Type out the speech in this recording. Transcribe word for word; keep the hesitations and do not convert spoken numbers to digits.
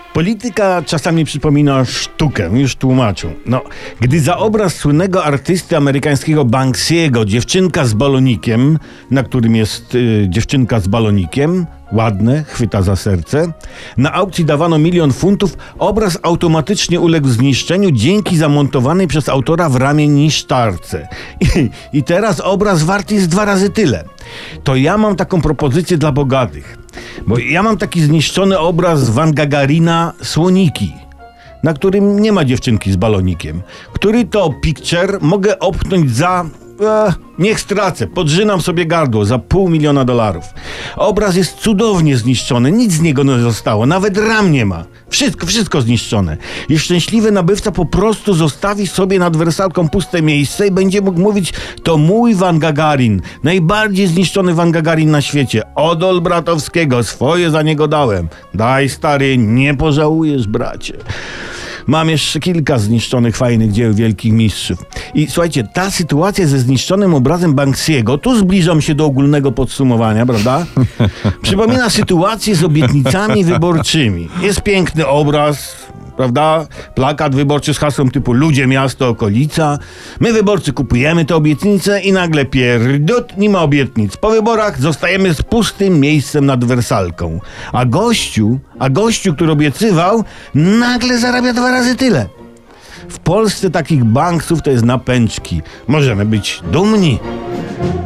Polityka czasami przypomina sztukę, już tłumaczę. No, gdy za obraz słynnego artysty amerykańskiego Banksiego, dziewczynka z balonikiem, na którym jest y, dziewczynka z balonikiem, ładne, chwyta za serce, na aukcji dawano milion funtów, obraz automatycznie uległ zniszczeniu dzięki zamontowanej przez autora w ramię niszczarce. I, I teraz obraz wart jest dwa razy tyle. To ja mam taką propozycję dla bogatych. Bo ja mam taki zniszczony obraz Van Gagarina Słoniki, na którym nie ma dziewczynki z balonikiem, który to picture mogę opchnąć za... E, niech stracę, podrzynam sobie gardło za pół miliona dolarów. Obraz jest cudownie zniszczony, nic z niego nie zostało, nawet ram nie ma. Wszystko, wszystko zniszczone. I szczęśliwy nabywca po prostu zostawi sobie nad wersalką puste miejsce i będzie mógł mówić: to mój Van Gagarin, najbardziej zniszczony Van Gagarin na świecie. Od Olbratowskiego, swoje za niego dałem. Daj, stary, nie pożałujesz, bracie. Mam jeszcze kilka zniszczonych, fajnych dzieł wielkich mistrzów. I słuchajcie, ta sytuacja ze zniszczonym obrazem Banksiego, tu zbliżam się do ogólnego podsumowania, prawda? Przypomina sytuację z obietnicami wyborczymi. Jest piękny obraz, prawda? Plakat wyborczy z hasłem typu ludzie, miasto, okolica. My wyborcy kupujemy te obietnice i nagle pierdut, nie ma obietnic. Po wyborach zostajemy z pustym miejscem nad wersalką. A gościu, a gościu, który obiecywał, nagle zarabia dwa razy tyle. W Polsce takich banksów to jest na pęczki. Możemy być dumni.